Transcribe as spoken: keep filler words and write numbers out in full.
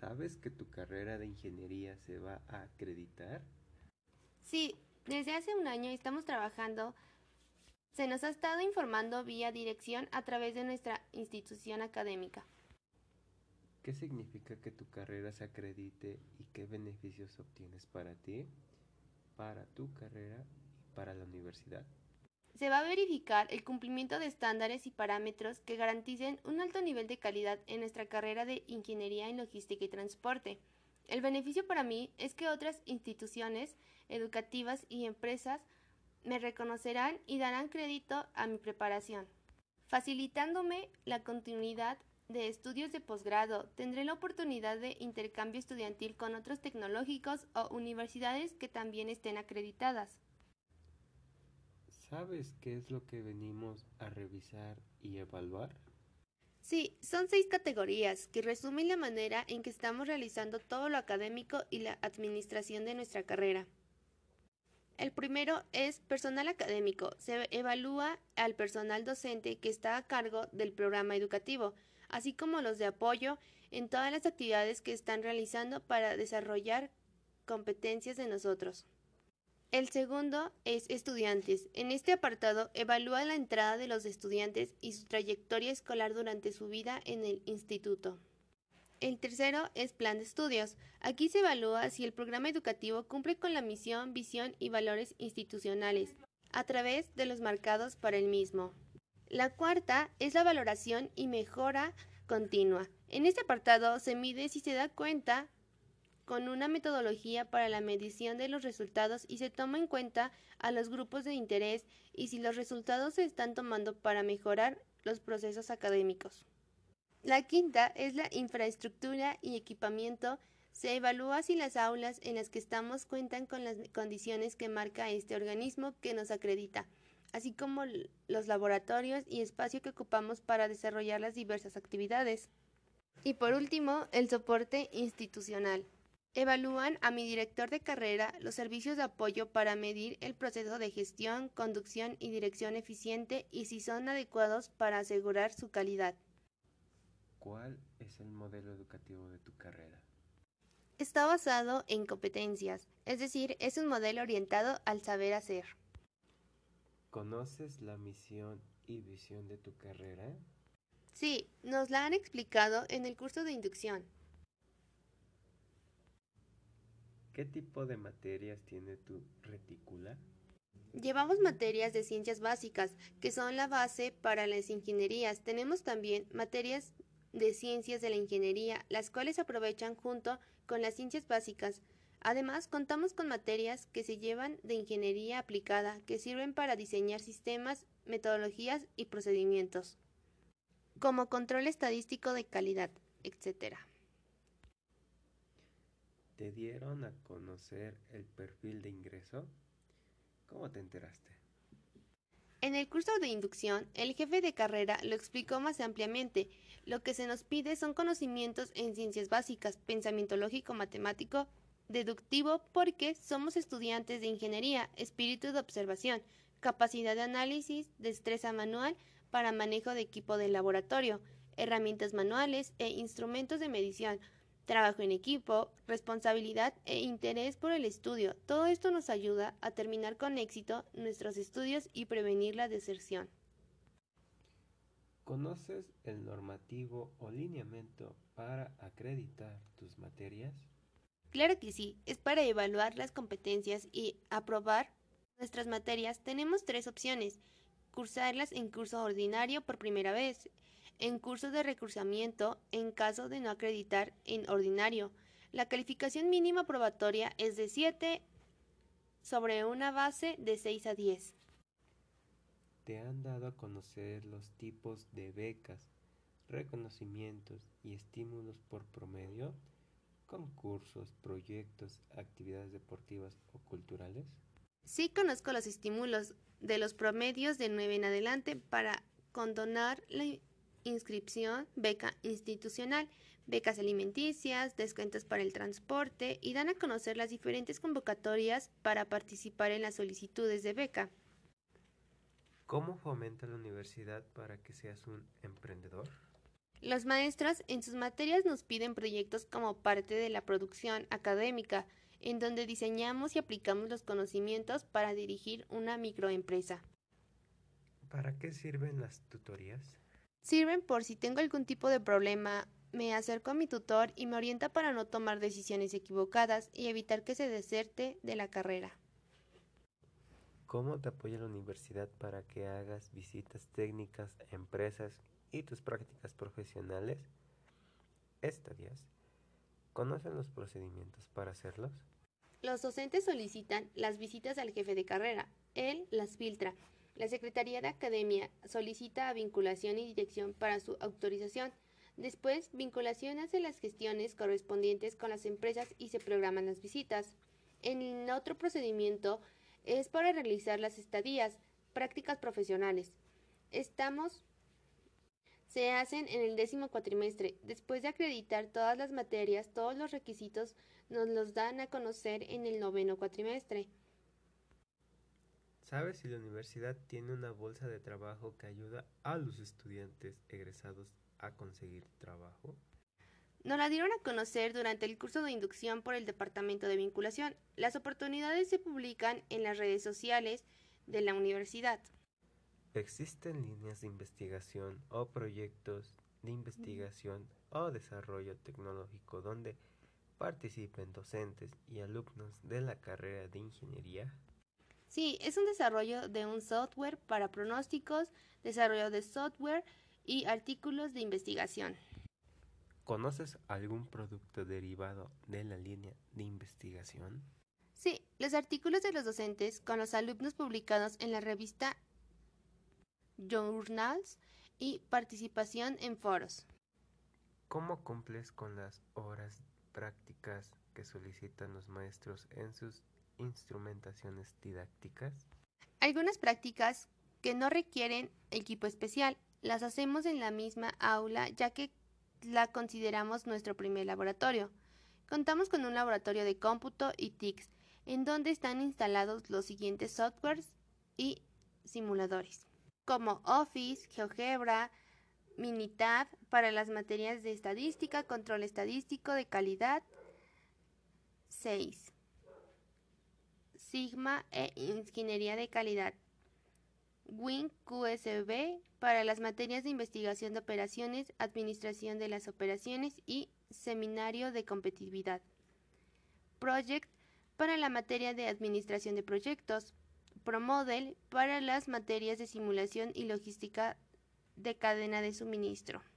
¿Sabes que tu carrera de ingeniería se va a acreditar? Sí, desde hace un año estamos trabajando. Se nos ha estado informando vía dirección a través de nuestra institución académica. ¿Qué significa que tu carrera se acredite y qué beneficios obtienes para ti, para tu carrera y para la universidad? Se va a verificar el cumplimiento de estándares y parámetros que garanticen un alto nivel de calidad en nuestra carrera de Ingeniería en Logística y Transporte. El beneficio para mí es que otras instituciones educativas y empresas me reconocerán y darán crédito a mi preparación, facilitándome la continuidad de estudios de posgrado. Tendré la oportunidad de intercambio estudiantil con otros tecnológicos o universidades que también estén acreditadas. ¿Sabes qué es lo que venimos a revisar y evaluar? Sí, son seis categorías que resumen la manera en que estamos realizando todo lo académico y la administración de nuestra carrera. El primero es personal académico. Se evalúa al personal docente que está a cargo del programa educativo, así como los de apoyo en todas las actividades que están realizando para desarrollar competencias de nosotros. El segundo es estudiantes. En este apartado evalúa la entrada de los estudiantes y su trayectoria escolar durante su vida en el instituto. El tercero es plan de estudios. Aquí se evalúa si el programa educativo cumple con la misión, visión y valores institucionales, a través de los marcados para el mismo. La cuarta es la valoración y mejora continua. En este apartado se mide si se da cuenta con una metodología para la medición de los resultados y se toma en cuenta a los grupos de interés y si los resultados se están tomando para mejorar los procesos académicos. La quinta es la infraestructura y equipamiento. Se evalúa si las aulas en las que estamos cuentan con las condiciones que marca este organismo que nos acredita, así como los laboratorios y espacio que ocupamos para desarrollar las diversas actividades. Y por último, el soporte institucional. Evalúan a mi director de carrera los servicios de apoyo para medir el proceso de gestión, conducción y dirección eficiente y si son adecuados para asegurar su calidad. ¿Cuál es el modelo educativo de tu carrera? Está basado en competencias, es decir, es un modelo orientado al saber hacer. ¿Conoces la misión y visión de tu carrera? Sí, nos la han explicado en el curso de inducción. ¿Qué tipo de materias tiene tu retícula? Llevamos materias de ciencias básicas, que son la base para las ingenierías. Tenemos también materias de ciencias de la ingeniería, las cuales se aprovechan junto con las ciencias básicas. Además, contamos con materias que se llevan de ingeniería aplicada, que sirven para diseñar sistemas, metodologías y procedimientos, como control estadístico de calidad, etcétera. ¿Te dieron a conocer el perfil de ingreso? ¿Cómo te enteraste? En el curso de inducción, el jefe de carrera lo explicó más ampliamente. Lo que se nos pide son conocimientos en ciencias básicas, pensamiento lógico, matemático, deductivo, porque somos estudiantes de ingeniería, espíritu de observación, capacidad de análisis, destreza manual para manejo de equipo de laboratorio, herramientas manuales e instrumentos de medición, trabajo en equipo, responsabilidad e interés por el estudio. Todo esto nos ayuda a terminar con éxito nuestros estudios y prevenir la deserción. ¿Conoces el normativo o lineamiento para acreditar tus materias? Claro que sí, es para evaluar las competencias y aprobar nuestras materias. Tenemos tres opciones: cursarlas en curso ordinario por primera vez, en curso de recursamiento en caso de no acreditar en ordinario. La calificación mínima probatoria es de siete sobre una base de seis a diez. ¿Te han dado a conocer los tipos de becas, reconocimientos y estímulos por promedio, concursos, proyectos, actividades deportivas o culturales? Sí conozco los estímulos de los promedios de nueve en adelante para condonar la inscripción, beca institucional, becas alimenticias, descuentos para el transporte y dan a conocer las diferentes convocatorias para participar en las solicitudes de beca. ¿Cómo fomenta la universidad para que seas un emprendedor? Los maestros en sus materias nos piden proyectos como parte de la producción académica, en donde diseñamos y aplicamos los conocimientos para dirigir una microempresa. ¿Para qué sirven las tutorías? Sirven por si tengo algún tipo de problema, me acerco a mi tutor y me orienta para no tomar decisiones equivocadas y evitar que se deserte de la carrera. ¿Cómo te apoya la universidad para que hagas visitas técnicas a empresas y tus prácticas profesionales? Estadías. ¿Conocen los procedimientos para hacerlos? Los docentes solicitan las visitas al jefe de carrera. Él las filtra. La Secretaría de Academia solicita a vinculación y dirección para su autorización. Después, vinculación hace las gestiones correspondientes con las empresas y se programan las visitas. En otro procedimiento es para realizar las estadías, prácticas profesionales. Estamos se hacen en el décimo cuatrimestre. Después de acreditar todas las materias, todos los requisitos nos los dan a conocer en el noveno cuatrimestre. ¿Sabes si la universidad tiene una bolsa de trabajo que ayuda a los estudiantes egresados a conseguir trabajo? Nos la dieron a conocer durante el curso de inducción por el Departamento de Vinculación. Las oportunidades se publican en las redes sociales de la universidad. ¿Existen líneas de investigación o proyectos de investigación o desarrollo tecnológico donde participen docentes y alumnos de la carrera de ingeniería? Sí, es un desarrollo de un software para pronósticos, desarrollo de software y artículos de investigación. ¿Conoces algún producto derivado de la línea de investigación? Sí, los artículos de los docentes con los alumnos publicados en la revista Journals y participación en foros. ¿Cómo cumples con las horas prácticas que solicitan los maestros en sus instrumentaciones didácticas? Algunas prácticas que no requieren equipo especial las hacemos en la misma aula, ya que la consideramos nuestro primer laboratorio. Contamos con un laboratorio de cómputo y T I C S, en donde están instalados los siguientes softwares y simuladores, como Office, GeoGebra, Minitab para las materias de estadística, control estadístico de calidad, seis, Sigma e ingeniería de calidad, WinQSB para las materias de investigación de operaciones, administración de las operaciones y seminario de competitividad, Project para la materia de administración de proyectos, ProModel para las materias de simulación y logística de cadena de suministro.